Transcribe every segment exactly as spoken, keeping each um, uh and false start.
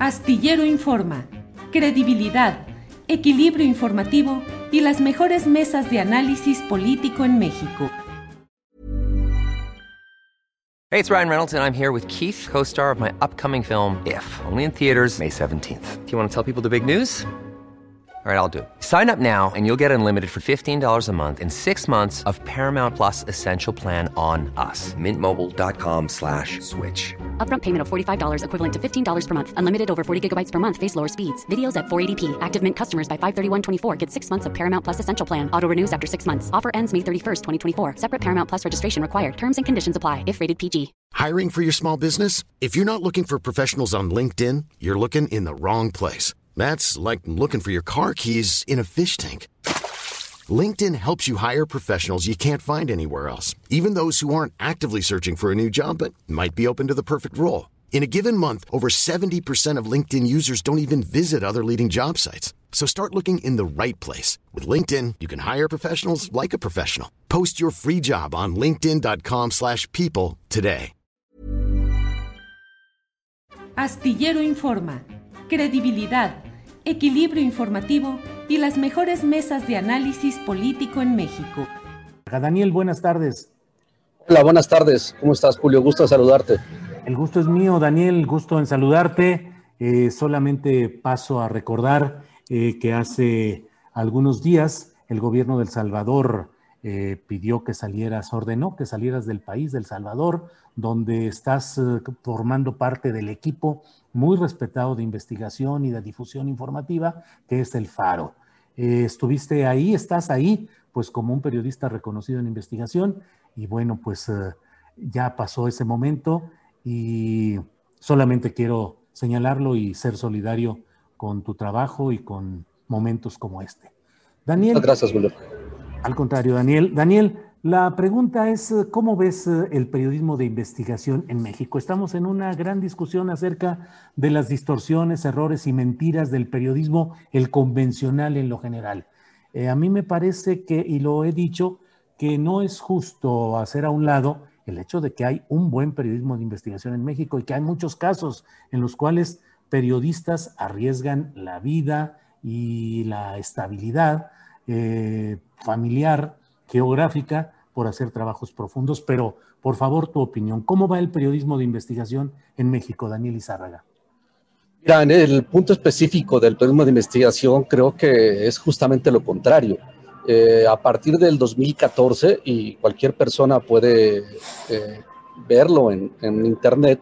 Astillero Informa, credibilidad, equilibrio informativo y las mejores mesas de análisis político en México. Hey, it's Ryan Reynolds, and I'm here with Keith, co-star of my upcoming film, If, only in theaters May seventeenth. Do you want to tell people the big news? All right, I'll do it. Sign up now and you'll get unlimited for fifteen dollars a month and six months of Paramount Plus Essential Plan on us. Mint Mobile dot com slash switch. Upfront payment of forty-five dollars equivalent to fifteen dollars per month. Unlimited over forty gigabytes per month. Face lower speeds. Videos at four eighty p. Active Mint customers by five thirty-one twenty-four get six months of Paramount Plus Essential Plan. Auto renews after six months. Offer ends May thirty-first, twenty twenty-four. Separate Paramount Plus registration required. Terms and conditions apply if rated P G. Hiring for your small business? If you're not looking for professionals on LinkedIn, you're looking in the wrong place. That's like looking for your car keys in a fish tank. LinkedIn helps you hire professionals you can't find anywhere else, even those who aren't actively searching for a new job but might be open to the perfect role. In a given month, over seventy percent of LinkedIn users don't even visit other leading job sites. So start looking in the right place. With LinkedIn, you can hire professionals like a professional. Post your free job on linkedin dot com slash people today. Astillero Informa, credibilidad, equilibrio informativo y las mejores mesas de análisis político en México. Daniel, buenas tardes. Hola, buenas tardes. ¿Cómo estás, Julio? Gusto en saludarte. El gusto es mío, Daniel. Gusto en saludarte. Eh, solamente paso a recordar eh, que hace algunos días el gobierno de El Salvador eh, pidió que salieras, ordenó que salieras del país, de El Salvador, donde estás eh, formando parte del equipo muy respetado de investigación y de difusión informativa, que es el Faro. Eh, estuviste ahí, estás ahí, pues como un periodista reconocido en investigación, y bueno, pues eh, ya pasó ese momento y solamente quiero señalarlo y ser solidario con tu trabajo y con momentos como este. Daniel. Gracias, Julio. Al contrario, Daniel. Daniel, la pregunta es, ¿cómo ves el periodismo de investigación en México? Estamos en una gran discusión acerca de las distorsiones, errores y mentiras del periodismo, el convencional en lo general. Eh, a mí me parece que, y lo he dicho, que no es justo hacer a un lado el hecho de que hay un buen periodismo de investigación en México y que hay muchos casos en los cuales periodistas arriesgan la vida y la estabilidad eh, familiar, geográfica, por hacer trabajos profundos, pero por favor tu opinión, ¿cómo va el periodismo de investigación en México, Daniel Izárraga? Mira, en el punto específico del periodismo de investigación creo que es justamente lo contrario. Eh, a partir del dos mil catorce, y cualquier persona puede eh, verlo en, en internet,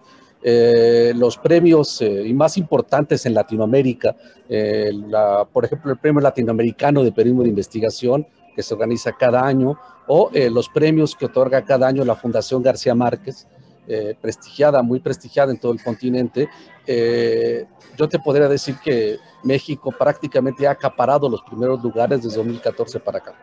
eh, los premios eh, y más importantes en Latinoamérica, eh, la, por ejemplo el Premio Latinoamericano de Periodismo de Investigación, que se organiza cada año, o eh, los premios que otorga cada año la Fundación García Márquez, eh, prestigiada, muy prestigiada en todo el continente. Eh, yo te podría decir que México prácticamente ha acaparado los primeros lugares desde dos mil catorce para acá.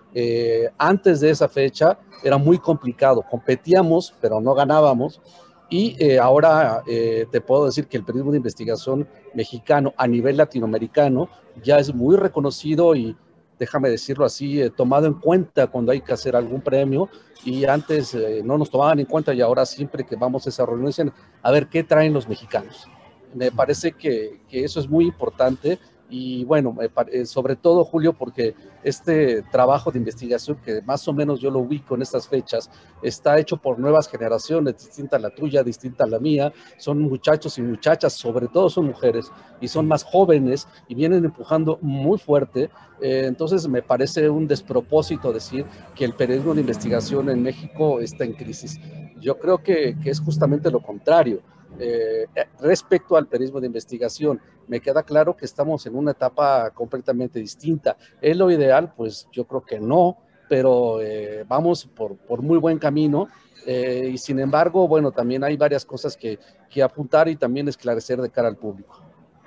Eh, antes de esa fecha era muy complicado, competíamos, pero no ganábamos, y eh, ahora eh, te puedo decir que el periodismo de investigación mexicano a nivel latinoamericano ya es muy reconocido y, déjame decirlo así, eh, tomado en cuenta cuando hay que hacer algún premio, y antes eh, no nos tomaban en cuenta, y ahora siempre que vamos a esa reunión dicen, a ver, ¿qué traen los mexicanos? Me parece que, que eso es muy importante, y bueno, eh, sobre todo, Julio, porque este trabajo de investigación, que más o menos yo lo ubico en estas fechas, está hecho por nuevas generaciones, distinta a la tuya, distinta a la mía, son muchachos y muchachas, sobre todo son mujeres, y son más jóvenes, y vienen empujando muy fuerte. Eh, entonces me parece un despropósito decir que el periodismo de investigación en México está en crisis. Yo creo que, que es justamente lo contrario. Eh, respecto al periodismo de investigación, me queda claro que estamos en una etapa completamente distinta. ¿Es lo ideal? Pues yo creo que no, pero eh, vamos por, por muy buen camino, eh, y sin embargo, bueno, también hay varias cosas que, que apuntar y también esclarecer de cara al público.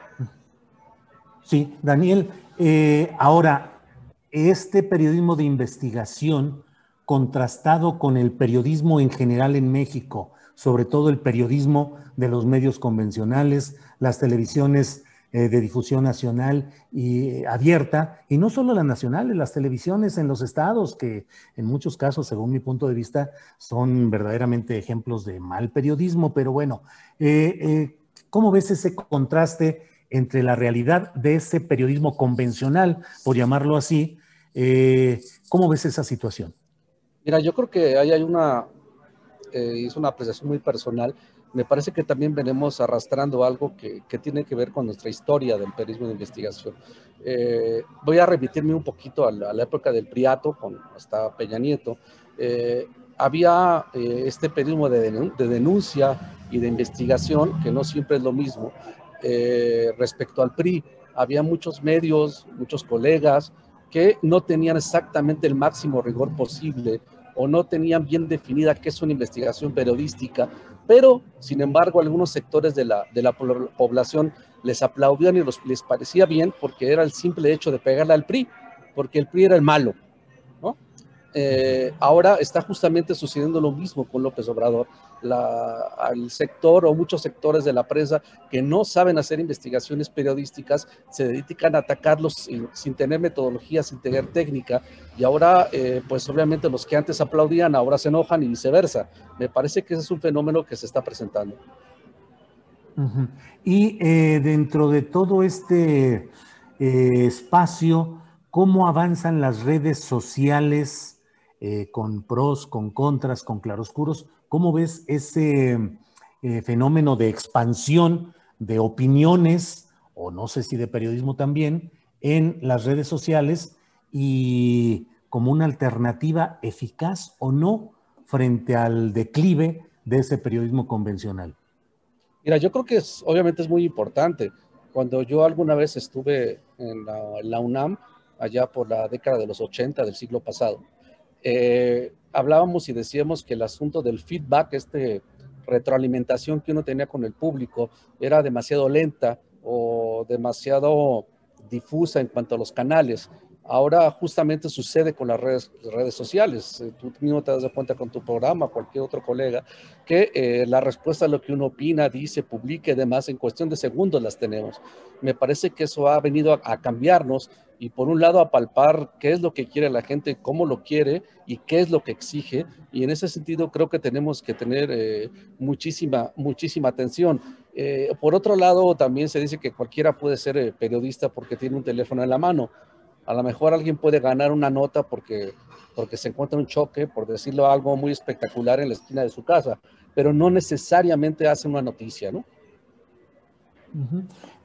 Sí, Daniel, eh, ahora, este periodismo de investigación contrastado con el periodismo en general en México, sobre todo el periodismo de los medios convencionales, las televisiones eh, de difusión nacional y eh, abierta, y no solo las nacionales, las televisiones en los estados, que en muchos casos, según mi punto de vista, son verdaderamente ejemplos de mal periodismo, pero bueno, eh, eh, ¿Cómo ves ese contraste entre la realidad de ese periodismo convencional, por llamarlo así? Eh, ¿Cómo ves esa situación? Mira, yo creo que ahí hay una, eh, es una apreciación muy personal. Me parece que también venimos arrastrando algo que, que tiene que ver con nuestra historia del periodismo de investigación. Eh, voy a remitirme un poquito a la, a la época del Priato, con, hasta Peña Nieto. Eh, había eh, este periodismo de, denun de denuncia y de investigación, que no siempre es lo mismo, eh, respecto al P R I. Había muchos medios, muchos colegas, que no tenían exactamente el máximo rigor posible o no tenían bien definida qué es una investigación periodística, pero sin embargo algunos sectores de la, de la población les aplaudían y los, les parecía bien porque era el simple hecho de pegarle al P R I, porque el P R I era el malo, ¿no? Eh, ahora está justamente sucediendo lo mismo con López Obrador. La, al sector o muchos sectores de la prensa que no saben hacer investigaciones periodísticas se dedican a atacarlos sin, sin tener metodología, sin tener técnica, y ahora eh, pues obviamente los que antes aplaudían ahora se enojan y viceversa. Me parece que ese es un fenómeno que se está presentando. Uh-huh. Y eh, dentro de todo este eh, espacio, ¿cómo avanzan las redes sociales eh, con pros, con contras, con claroscuros? ¿Cómo ves ese eh, fenómeno de expansión de opiniones, o no sé si de periodismo también, en las redes sociales y como una alternativa eficaz o no frente al declive de ese periodismo convencional? Mira, yo creo que es, obviamente es muy importante. Cuando yo alguna vez estuve en la, en la UNAM, allá por la década de los ochenta del siglo pasado, eh, hablábamos y decíamos que el asunto del feedback, este retroalimentación que uno tenía con el público, era demasiado lenta o demasiado difusa en cuanto a los canales. Ahora justamente sucede con las redes, redes sociales. Tú mismo te das cuenta con tu programa, cualquier otro colega, que eh, la respuesta a lo que uno opina, dice, publique y demás, en cuestión de segundos las tenemos. Me parece que eso ha venido a, a cambiarnos y por un lado a palpar qué es lo que quiere la gente, cómo lo quiere y qué es lo que exige. Y en ese sentido creo que tenemos que tener eh, muchísima, muchísima atención. Eh, por otro lado, también se dice que cualquiera puede ser eh, periodista porque tiene un teléfono en la mano. A lo mejor alguien puede ganar una nota porque, porque se encuentra un choque, por decirlo algo muy espectacular en la esquina de su casa, pero no necesariamente hace una noticia, ¿no? Uh-huh.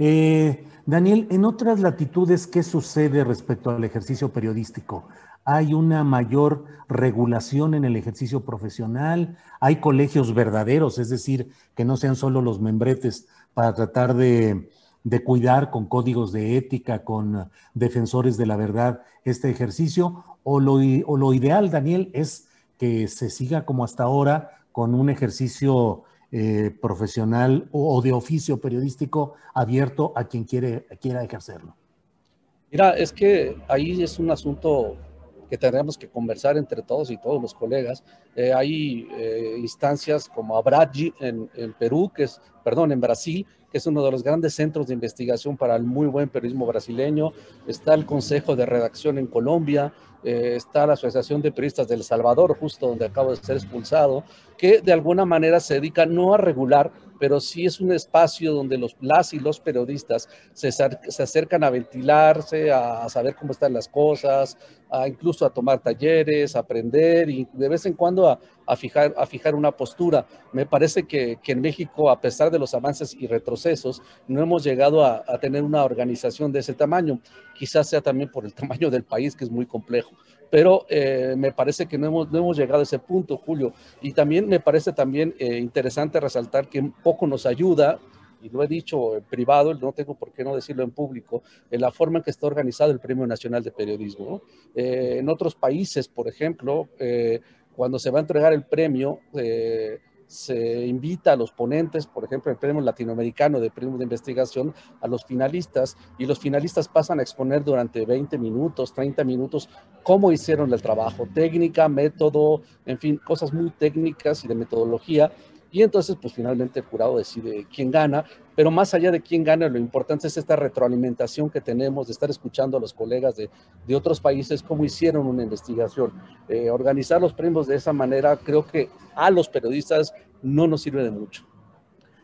eh, Daniel, en otras latitudes, ¿qué sucede respecto al ejercicio periodístico? ¿Hay una mayor regulación en el ejercicio profesional? ¿Hay colegios verdaderos, es decir, que no sean solo los membretes para tratar de... de cuidar con códigos de ética, con defensores de la verdad este ejercicio? ¿O lo, o lo ideal, Daniel, es que se siga como hasta ahora con un ejercicio eh, profesional o, o de oficio periodístico abierto a quien quiere, quiera ejercerlo? Mira, es que ahí es un asunto que tendremos que conversar entre todos y todos los colegas. Eh, hay eh, instancias como Abragi en, en Perú, que es, perdón, en Brasil, que es uno de los grandes centros de investigación para el muy buen periodismo brasileño. Está el Consejo de Redacción en Colombia, eh, está la Asociación de Periodistas de El Salvador, justo donde acabo de ser expulsado, que de alguna manera se dedica no a regular, pero sí es un espacio donde los, las y los periodistas se, se acercan a ventilarse, a, a saber cómo están las cosas, a incluso a tomar talleres, a aprender y de vez en cuando a, a, fijar, a fijar una postura. Me parece que, que en México, a pesar de los avances y retrocesos, no hemos llegado a, a tener una organización de ese tamaño. Quizás sea también por el tamaño del país, que es muy complejo. Pero eh, me parece que no hemos, no hemos llegado a ese punto, Julio. Y también me parece también eh, interesante resaltar que un poco nos ayuda, y lo he dicho en privado, no tengo por qué no decirlo en público, en la forma en que está organizado el Premio Nacional de Periodismo, ¿no? Eh, en otros países, por ejemplo, eh, cuando se va a entregar el premio, eh, se invita a los ponentes, por ejemplo, el Premio Latinoamericano de Periodismo de Investigación, a los finalistas, y los finalistas pasan a exponer durante veinte minutos, treinta minutos, cómo hicieron el trabajo, técnica, método, en fin, cosas muy técnicas y de metodología. Y entonces, pues finalmente el jurado decide quién gana, pero más allá de quién gana, lo importante es esta retroalimentación que tenemos de estar escuchando a los colegas de, de otros países cómo hicieron una investigación. Eh, organizar los premios de esa manera creo que a los periodistas no nos sirve de mucho.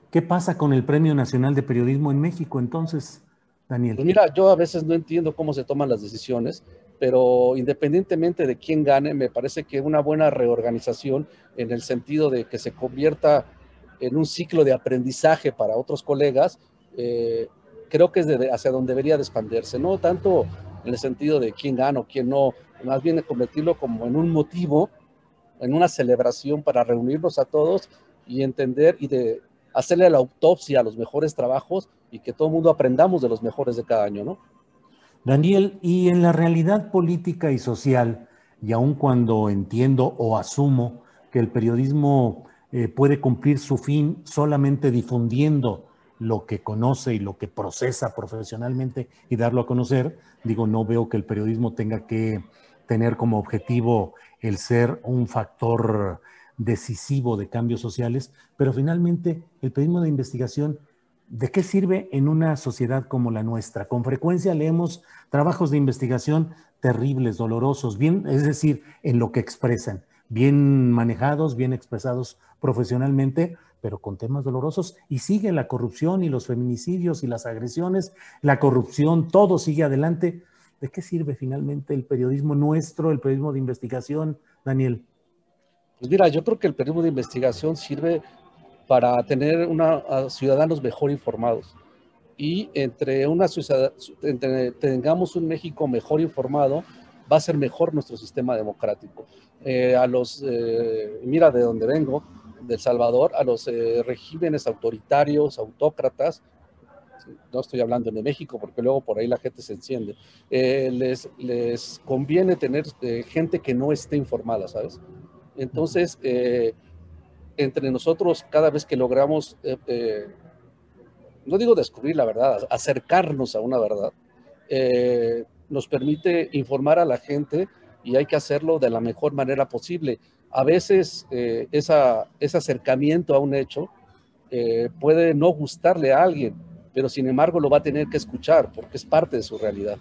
¿Qué pasa con el Premio Nacional de Periodismo en México entonces, Daniel? Pues mira, yo a veces no entiendo cómo se toman las decisiones, pero independientemente de quién gane, me parece que una buena reorganización en el sentido de que se convierta en un ciclo de aprendizaje para otros colegas, eh, creo que es de, hacia donde debería de expandirse, no tanto en el sentido de quién gana o quién no, más bien convertirlo como en un motivo, en una celebración para reunirnos a todos y entender y de hacerle la autopsia a los mejores trabajos y que todo el mundo aprendamos de los mejores de cada año, ¿no? Daniel, y en la realidad política y social, y aun cuando entiendo o asumo que el periodismo eh, puede cumplir su fin solamente difundiendo lo que conoce y lo que procesa profesionalmente y darlo a conocer, digo, no veo que el periodismo tenga que tener como objetivo el ser un factor decisivo de cambios sociales, pero finalmente el periodismo de investigación, ¿de qué sirve en una sociedad como la nuestra? Con frecuencia leemos trabajos de investigación terribles, dolorosos, bien, es decir, en lo que expresan, bien manejados, bien expresados profesionalmente, pero con temas dolorosos, y sigue la corrupción y los feminicidios y las agresiones, la corrupción, todo sigue adelante. ¿De qué sirve finalmente el periodismo nuestro, el periodismo de investigación, Daniel? Pues mira, yo creo que el periodismo de investigación sirve para tener una, a ciudadanos mejor informados. Y entre una ciudad, entre, tengamos un México mejor informado, va a ser mejor nuestro sistema democrático. Eh, a los, eh, mira de dónde vengo, de El Salvador, a los eh, regímenes autoritarios, autócratas, no estoy hablando de México porque luego por ahí la gente se enciende, eh, les, les conviene tener eh, gente que no esté informada, ¿sabes? Entonces, eh, entre nosotros, cada vez que logramos, eh, eh, no digo descubrir la verdad, acercarnos a una verdad, eh, nos permite informar a la gente y hay que hacerlo de la mejor manera posible. A veces eh, esa, ese acercamiento a un hecho eh, puede no gustarle a alguien, pero sin embargo lo va a tener que escuchar porque es parte de su realidad.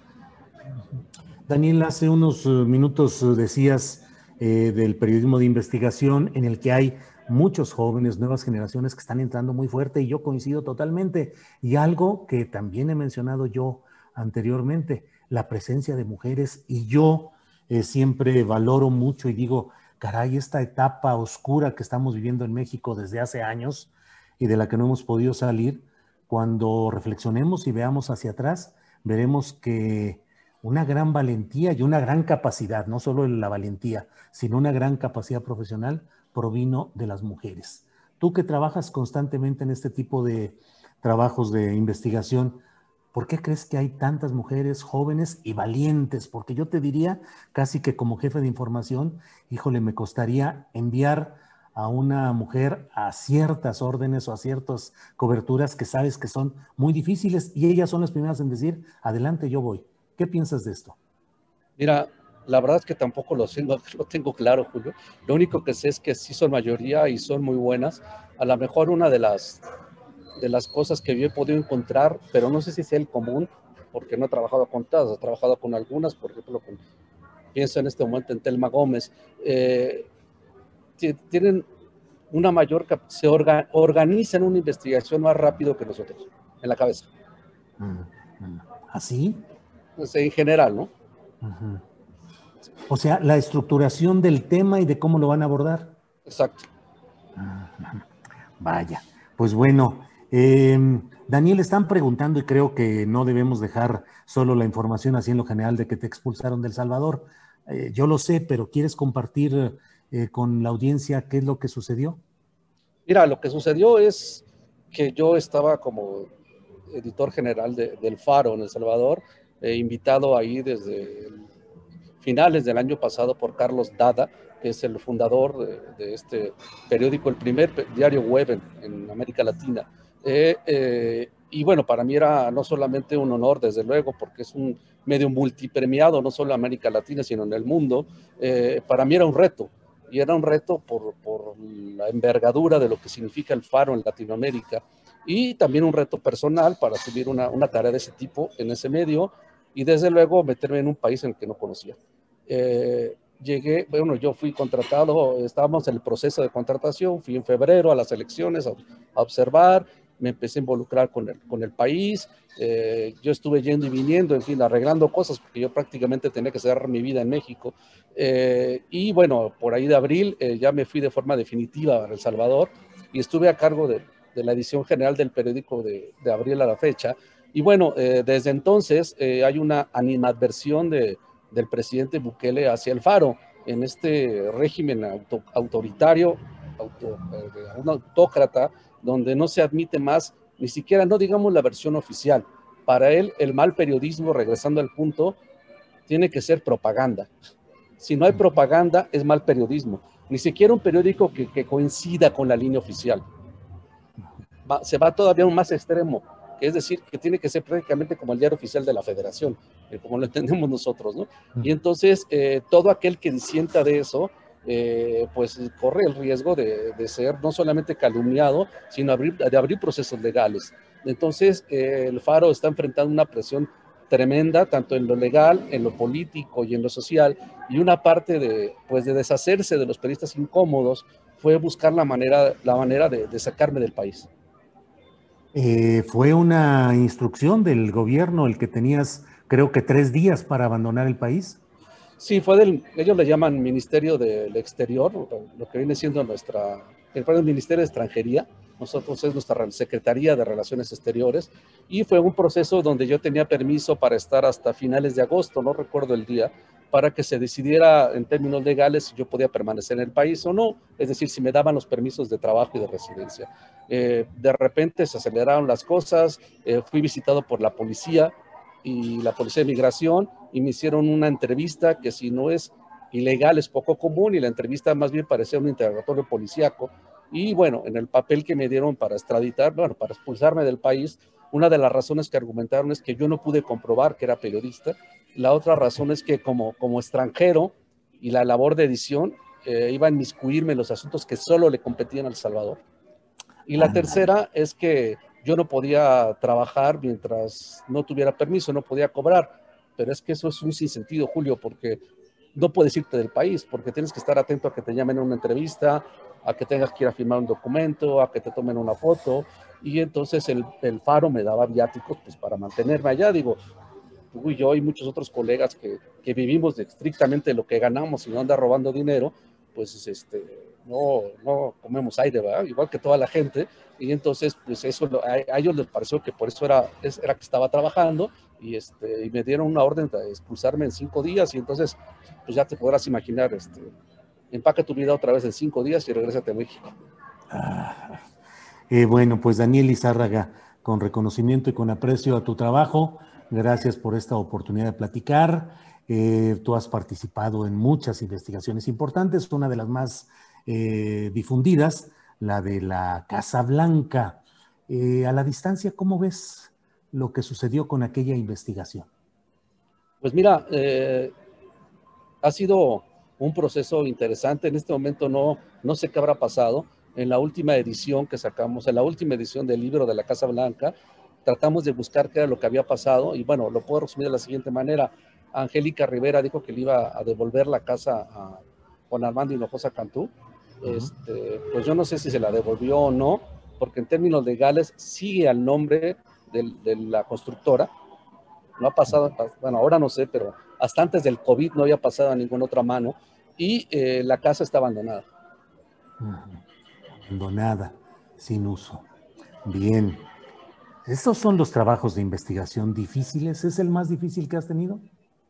Daniel, hace unos minutos decías eh, del periodismo de investigación en el que hay muchos jóvenes, nuevas generaciones que están entrando muy fuerte y yo coincido totalmente. Y algo que también he mencionado yo anteriormente, la presencia de mujeres, y yo eh, siempre valoro mucho y digo, caray, esta etapa oscura que estamos viviendo en México desde hace años y de la que no hemos podido salir, cuando reflexionemos y veamos hacia atrás, veremos que una gran valentía y una gran capacidad, no solo la valentía, sino una gran capacidad profesional provino de las mujeres. Tú que trabajas constantemente en este tipo de trabajos de investigación, ¿por qué crees que hay tantas mujeres jóvenes y valientes? Porque yo te diría, casi que como jefe de información, híjole, me costaría enviar a una mujer a ciertas órdenes o a ciertas coberturas que sabes que son muy difíciles y ellas son las primeras en decir, adelante, yo voy. ¿Qué piensas de esto? Mira, la verdad es que tampoco lo tengo, lo tengo claro, Julio. Lo único que sé es que sí son mayoría y son muy buenas. A lo mejor una de las, de las cosas que yo he podido encontrar, pero no sé si sea el común, porque no he trabajado con todas, he trabajado con algunas, por ejemplo, con, pienso en este momento en Telma Gómez, eh, tienen una mayor, se orga, organizan una investigación más rápido que nosotros, en la cabeza. ¿Así? Pues en general, ¿no? Uh-huh. O sea, la estructuración del tema y de cómo lo van a abordar. Exacto. Uh-huh. Vaya, pues bueno, eh, Daniel, están preguntando y creo que no debemos dejar solo la información así en lo general de que te expulsaron de El Salvador. Eh, yo lo sé, pero ¿quieres compartir eh, con la audiencia qué es lo que sucedió? Mira, lo que sucedió es que yo estaba como editor general de, del Faro en El Salvador, eh, invitado ahí desde finales del año pasado por Carlos Dada, que es el fundador de, de este periódico, el primer diario web en, en América Latina. Eh, eh, y bueno, para mí era no solamente un honor, desde luego, porque es un medio multipremiado, no solo en América Latina, sino en el mundo. Eh, para mí era un reto, y era un reto por, por la envergadura de lo que significa el Faro en Latinoamérica, y también un reto personal para asumir una, una tarea de ese tipo en ese medio, y desde luego meterme en un país en el que no conocía. Eh, llegué, bueno, yo fui contratado, estábamos en el proceso de contratación, fui en febrero a las elecciones a, a observar, me empecé a involucrar con el, con el país, eh, yo estuve yendo y viniendo, en fin, arreglando cosas, porque yo prácticamente tenía que cerrar mi vida en México, eh, y bueno, por ahí de abril eh, ya me fui de forma definitiva a El Salvador, y estuve a cargo de, de la edición general del periódico de, de abril a la fecha, y bueno, eh, desde entonces eh, hay una animadversión de, del presidente Bukele hacia el Faro, en este régimen auto, autoritario, auto, eh, un autócrata, donde no se admite más, ni siquiera, no digamos la versión oficial. Para él, el mal periodismo, regresando al punto, tiene que ser propaganda. Si no hay propaganda, es mal periodismo. Ni siquiera un periódico que, que coincida con la línea oficial. Va, se va todavía a un más extremo, que es decir, que tiene que ser prácticamente como el diario oficial de la Federación, eh, como lo entendemos nosotros, ¿no? Y entonces, eh, todo aquel que disienta de eso, Eh, pues corre el riesgo de, de ser no solamente calumniado, sino abrir, de abrir procesos legales. Entonces, eh, el Faro está enfrentando una presión tremenda, tanto en lo legal, en lo político y en lo social, y una parte de, pues, de deshacerse de los periodistas incómodos fue buscar la manera, la manera de, de sacarme del país. Eh, fue una instrucción del gobierno el que tenías, creo que tres días para abandonar el país. Sí, fue del, ellos le llaman Ministerio del Exterior, lo que viene siendo nuestra, el Ministerio de Extranjería, nosotros es nuestra Secretaría de Relaciones Exteriores, y fue un proceso donde yo tenía permiso para estar hasta finales de agosto, no recuerdo el día, para que se decidiera en términos legales si yo podía permanecer en el país o no, es decir, si me daban los permisos de trabajo y de residencia. Eh, de repente se aceleraron las cosas, eh, fui visitado por la policía, y la Policía de Migración, y me hicieron una entrevista que si no es ilegal es poco común, y la entrevista más bien parecía un interrogatorio policíaco, y bueno, en el papel que me dieron para extraditar, bueno, para expulsarme del país, una de las razones que argumentaron es que yo no pude comprobar que era periodista, la otra razón es que como, como extranjero y la labor de edición eh, iba a inmiscuirme en los asuntos que solo le competían a El Salvador. Y la tercera es que yo no podía trabajar mientras no tuviera permiso, no podía cobrar, pero es que eso es un sinsentido, Julio, porque no puedes irte del país, porque tienes que estar atento a que te llamen a una entrevista, a que tengas que ir a firmar un documento, a que te tomen una foto, y entonces el, el Faro me daba viáticos pues, para mantenerme allá. Digo, tú y yo y muchos otros colegas que, que vivimos de estrictamente lo que ganamos y no andar robando dinero, pues este, no, no comemos aire, ¿verdad? Igual que toda la gente, y entonces pues eso a, a ellos les pareció que por eso era, era que estaba trabajando, y, este, y me dieron una orden de expulsarme en cinco días, y entonces pues ya te podrás imaginar, este, empaca tu vida otra vez en cinco días y regrésate a México. Ah, eh, bueno, pues Daniel Lizárraga, con reconocimiento y con aprecio a tu trabajo, gracias por esta oportunidad de platicar. Eh, tú has participado en muchas investigaciones importantes, una de las más eh, difundidas, la de la Casa Blanca. Eh, a la distancia, ¿cómo ves lo que sucedió con aquella investigación? Pues mira, eh, ha sido un proceso interesante. En este momento no, no sé qué habrá pasado. En la última edición que sacamos, en la última edición del libro de la Casa Blanca, tratamos de buscar qué era lo que había pasado, y bueno, lo puedo resumir de la siguiente manera. Angélica Rivera dijo que le iba a devolver la casa a Juan Armando Hinojosa Cantú. Uh-huh. Este, pues yo no sé si se la devolvió o no, porque en términos legales sigue al nombre de, de la constructora. No ha pasado, bueno, ahora no sé, pero hasta antes del COVID no había pasado a ninguna otra mano, y eh, la casa está abandonada. Uh-huh. Abandonada, sin uso. Bien. ¿Estos son los trabajos de investigación difíciles? ¿Es el más difícil que has tenido?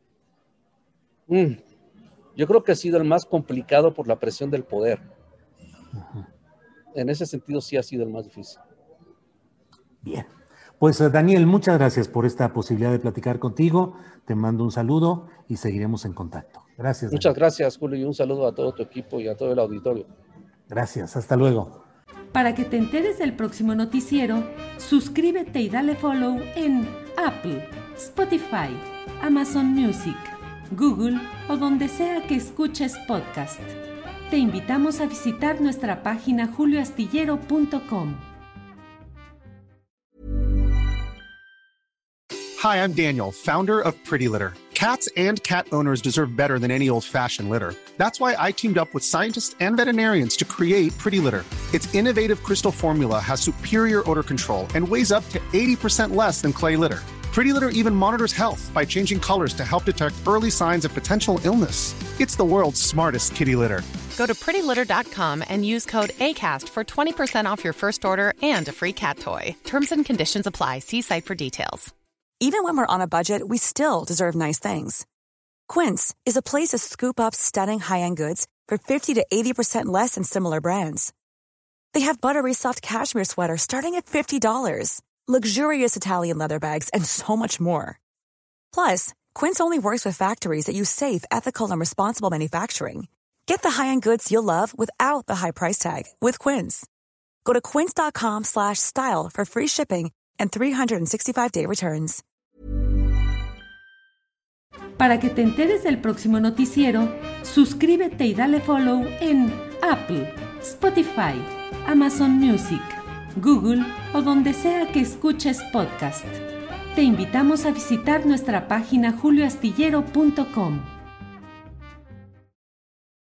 Mm, yo creo que ha sido el más complicado por la presión del poder. Uh-huh. En ese sentido sí ha sido el más difícil. Bien. Pues Daniel, muchas gracias por esta posibilidad de platicar contigo. Te mando un saludo y seguiremos en contacto. Gracias. Muchas Daniel. gracias, Julio, y un saludo a todo tu equipo y a todo el auditorio. Gracias, hasta luego. Para que te enteres del próximo noticiero, suscríbete y dale follow en Apple, Spotify, Amazon Music, Google o donde sea que escuches podcast. Te invitamos a visitar nuestra página julio astillero punto com. Hi, I'm Daniel, founder of Pretty Litter. Cats and cat owners deserve better than any old-fashioned litter. That's why I teamed up with scientists and veterinarians to create Pretty Litter. Its innovative crystal formula has superior odor control and weighs up to eighty percent less than clay litter. Pretty Litter even monitors health by changing colors to help detect early signs of potential illness. It's the world's smartest kitty litter. Go to pretty litter dot com and use code ACAST for twenty percent off your first order and a free cat toy. Terms and conditions apply. See site for details. Even when we're on a budget, we still deserve nice things. Quince is a place to scoop up stunning high-end goods for fifty to eighty percent less than similar brands. They have buttery soft cashmere sweaters starting at fifty dollars, luxurious Italian leather bags, and so much more. Plus, Quince only works with factories that use safe, ethical, and responsible manufacturing. Get the high-end goods you'll love without the high price tag with Quince. Go to quince dot com slash style for free shipping and three sixty-five day returns. Para que te enteres del próximo noticiero, suscríbete y dale follow en Apple, Spotify, Amazon Music, Google o donde sea que escuches podcast. Te invitamos a visitar nuestra página julio astillero punto com.